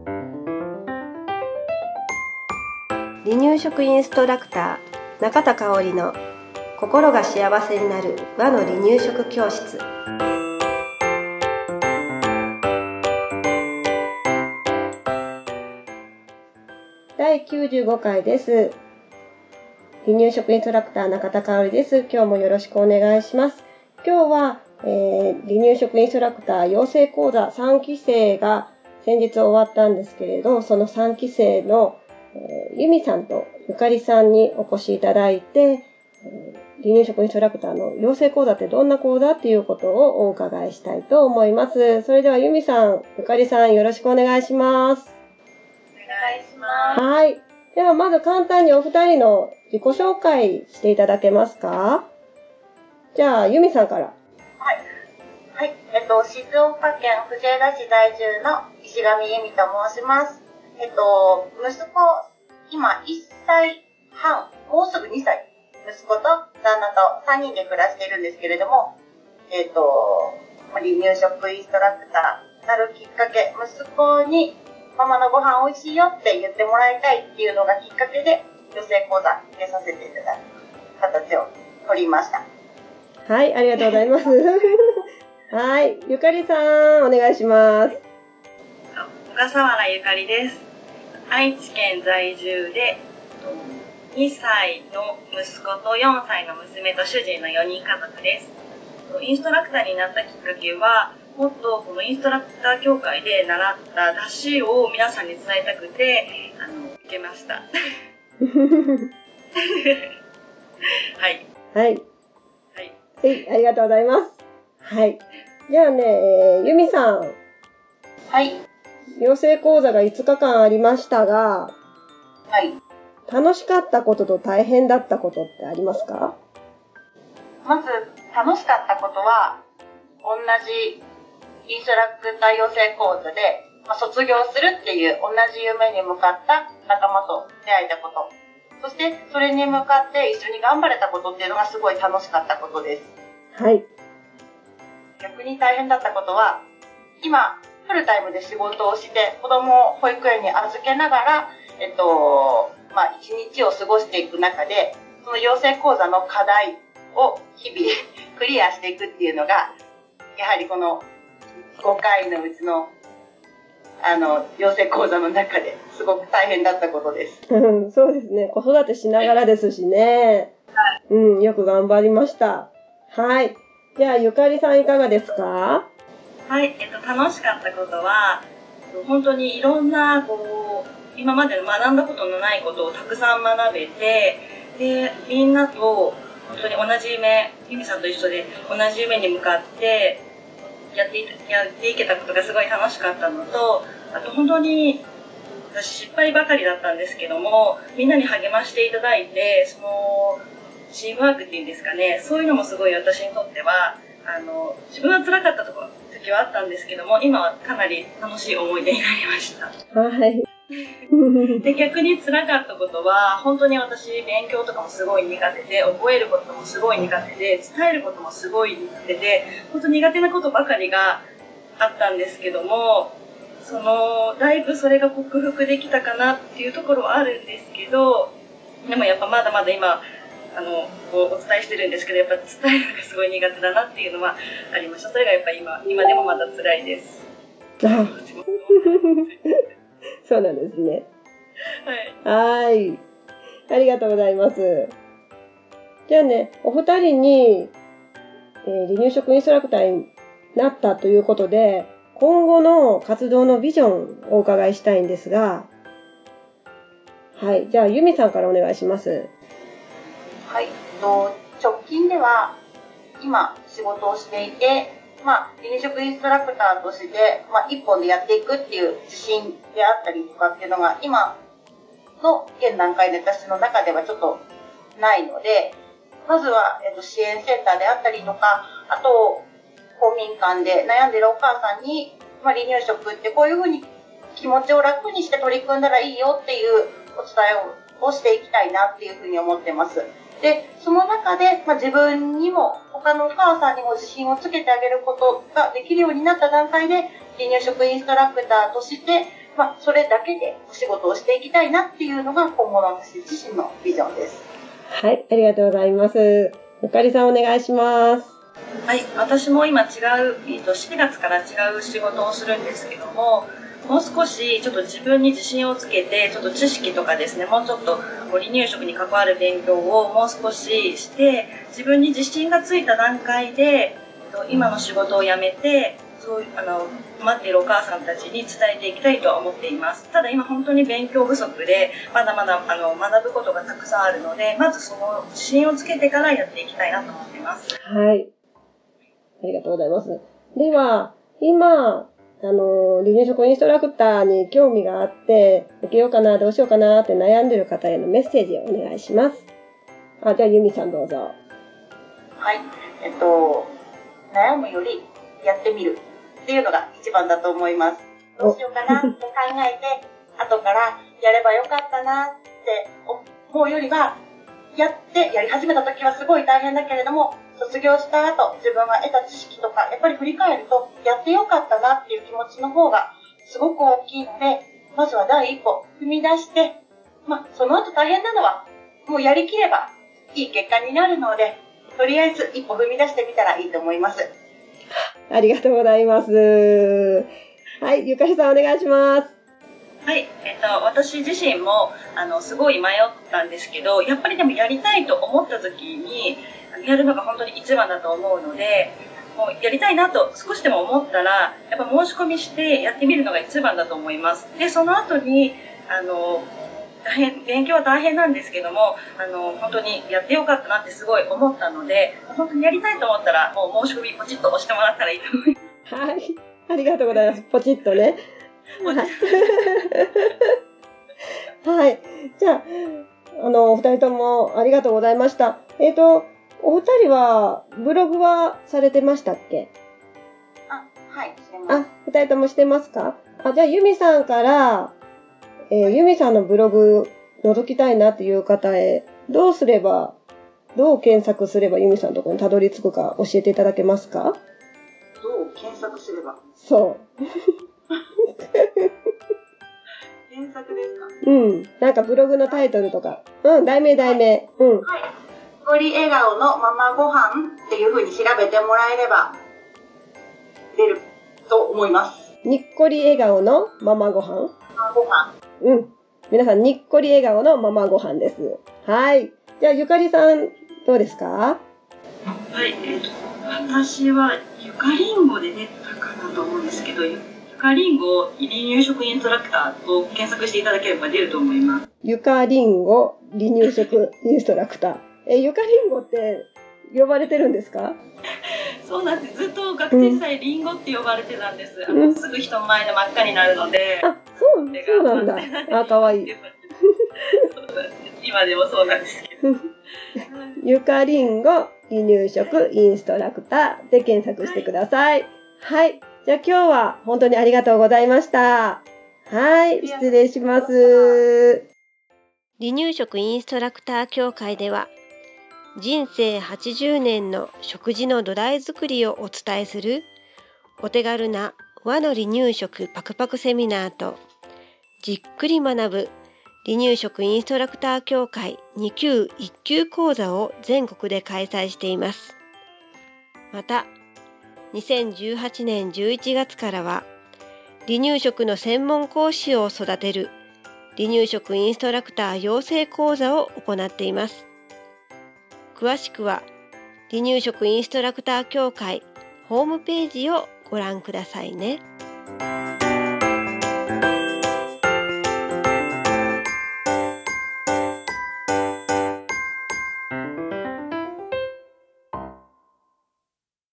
離乳食インストラクター中田香織の心が幸せになる和の離乳食教室。第95回です。離乳食インストラクター中田香織です。今日もよろしくお願いします。今日は、離乳食インストラクター養成講座3期生が先日終わったんですけれど、その3期生の由美さんとゆかりさんにお越しいただいて、離乳食インストラクターの養成講座ってどんな講座っていうことをお伺いしたいと思います。それでは由美さん、ゆかりさんよろしくお願いします。 お願いします。 はい。ではまず簡単にお二人の自己紹介していただけますか？じゃあ由美さんから。 はい。静岡県藤枝市在住の石上由美と申します。息子、今1歳半、もうすぐ2歳。息子と旦那と3人で暮らしているんですけれども、離乳食インストラクターなるきっかけ、息子にママのご飯美味しいよって言ってもらいたいっていうのがきっかけで、養成講座受けさせていただく形を取りました。 はい、ありがとうございます。はい、ゆかりさん、お願いします。 小笠原ゆかりです。愛知県在住で、2歳の息子と4歳の娘と主人の4人家族です。インストラクターになったきっかけは、もっとこのインストラクター協会で習った出汁を皆さんに伝えたくて、受けました。はい。 はい。はい。ありがとうございます。はい。じゃあね、由美さん。 はい。 養成講座が5日間ありましたが、 はい。 楽しかったことと大変だったことってありますか？ まず、楽しかったことは、同じインストラクター養成講座で、卒業するっていう同じ夢に向かった仲間と出会えたこと。そして、それに向かって一緒に頑張れたことっていうのがすごい楽しかったことです。 はい。 逆に大変だったことは、今、フルタイムで仕事をして、子供を保育園に預けながら、一日を過ごしていく中で、その養成講座の課題を日々クリアしていくっていうのが、やはりこの5回のうちの、養成講座の中ですごく大変だったことです。 そうですね。子育てしながらですしね。はい。よく頑張りました。はい。じゃあ、ゆかりさんいかがですか？ はい。楽しかったことは、本当にいろんな、今まで学んだことのないことをたくさん学べて、で、みんなと本当に同じ夢、由美さんと一緒で同じ夢に向かってやっていけたことがすごい楽しかったのと、あと本当に私失敗ばかりだったんですけども、みんなに励ましていただいて、そのチームワークっていうんですかね、そういうのもすごい私にとっては、自分は辛かった時はあったんですけども、今はかなり楽しい思い出になりました。 はい。 で、逆に辛かったことは、本当に私勉強とかもすごい苦手で、覚えることもすごい苦手で、伝えることもすごい苦手で、本当苦手なことばかりがあったんですけども、だいぶそれが克服できたかなっていうところはあるんですけど、でもやっぱまだまだ今、お伝えしてるんですけど、やっぱ伝えるのがすごい苦手だなっていうのはありました。それがやっぱ今でもまだ辛いです。 そうなんですね。 はい。 はい。ありがとうございます。じゃあね、お二人に、離乳食インストラクターになったということで、今後の活動のビジョンをお伺いしたいんですが、はい。じゃあ、由美さんからお願いします。 はい。直近では、今仕事をしていて、離乳食インストラクターとして、一本でやっていくっていう自信であったりとかっていうのが、今の現段階で私の中ではちょっとないので、まずは、支援センターであったりとか、あと、公民館で悩んでるお母さんに、離乳食ってこういうふうに気持ちを楽にして取り組んだらいいよっていうお伝えをしていきたいなっていうふうに思ってます。で、その中で、自分にも他のお母さんにも自信をつけてあげることができるようになった段階で、離乳食インストラクターとして、 それだけでお仕事をしていきたいなっていうのが今後の私自身のビジョンです。 はい、ありがとうございます。ゆかりさんお願いします。 はい、私も今4月から違う仕事をするんですけども、もう少しちょっと自分に自信をつけて、ちょっと知識とかですね、もうちょっと離乳食に関わる勉強をもう少しして、自分に自信がついた段階で、今の仕事を辞めて、待っているお母さんたちに伝えていきたいとは思っています。ただ今本当に勉強不足で、まだまだ学ぶことがたくさんあるので、まずその自信をつけてからやっていきたいなと思っています。 はい。ありがとうございます。では、今、離乳食インストラクターに興味があって、受けようかな、どうしようかなって悩んでる方へのメッセージをお願いします。じゃあ、由美さんどうぞ。 はい。悩むよりやってみるっていうのが一番だと思います。どうしようかなって考えて、後からやればよかったなって思うよりは、やり始めた時はすごい大変だけれども、卒業した後、自分が得た知識とか、やっぱり振り返ると、やってよかったなっていう気持ちの方がすごく大きいので、まずは第一歩踏み出して、その後大変なのは、もうやりきればいい結果になるので、とりあえず一歩踏み出してみたらいいと思います。 ありがとうございます。はい、ゆかりさんお願いします。 はい、私自身もすごい迷ったんですけど、やっぱりでもやりたいと思った時にやるのが本当に一番だと思うので、もうやりたいなと少しでも思ったらやっぱ申し込みしてやってみるのが一番だと思います。でその後に勉強は大変なんですけども、本当にやってよかったなってすごい思ったので、本当にやりたいと思ったらもう申し込みポチッと押してもらったらいいと思います。 はい、ありがとうございます。ポチッとね。はい。じゃあ、お二人ともありがとうございました。お二人は、ブログはされてましたっけ？ はい、してます。 二人ともしてますか？じゃあ、由美さんから、由美さんのブログ覗きたいなっていう方へ、どう検索すれば由美さんのところにたどり着くか教えていただけますか？ どう検索すれば？ そう。 検索ですか？ なんかブログのタイトルとか。題名。はい。 にっこり笑顔のママご飯っていう風に調べてもらえれば出ると思います。 にっこり笑顔のママご飯？ ママご飯。 皆さん、にっこり笑顔のママご飯です。はい。じゃあ、ゆかりさん、どうですか？ はい、私はゆかりんごで出たかなと思うんですけど、ゆかりんご離乳食インストラクターと検索していただければ出ると思います。 ゆかりんご離乳食インストラクター。ゆかりんごって呼ばれてるんですか？ そうなんです。ずっと学生時代りんごって呼ばれてたんです。すぐ人の前で真っ赤になるので。 そうなんだ。かわいい。 今でもそうなんですけど。 ゆかりんご離乳食インストラクターで検索してください。はい。じゃあ今日は本当にありがとうございました。はい。失礼します。離乳食インストラクター協会では、人生80年の食事の土台作りをお伝えするお手軽な和の離乳食パクパクセミナーと、じっくり学ぶ離乳食インストラクター協会2級1級講座を全国で開催しています。また、2018年11月からは、離乳食の専門講師を育てる離乳食インストラクター養成講座を行っています。詳しくは、離乳食インストラクター協会ホームページをご覧くださいね。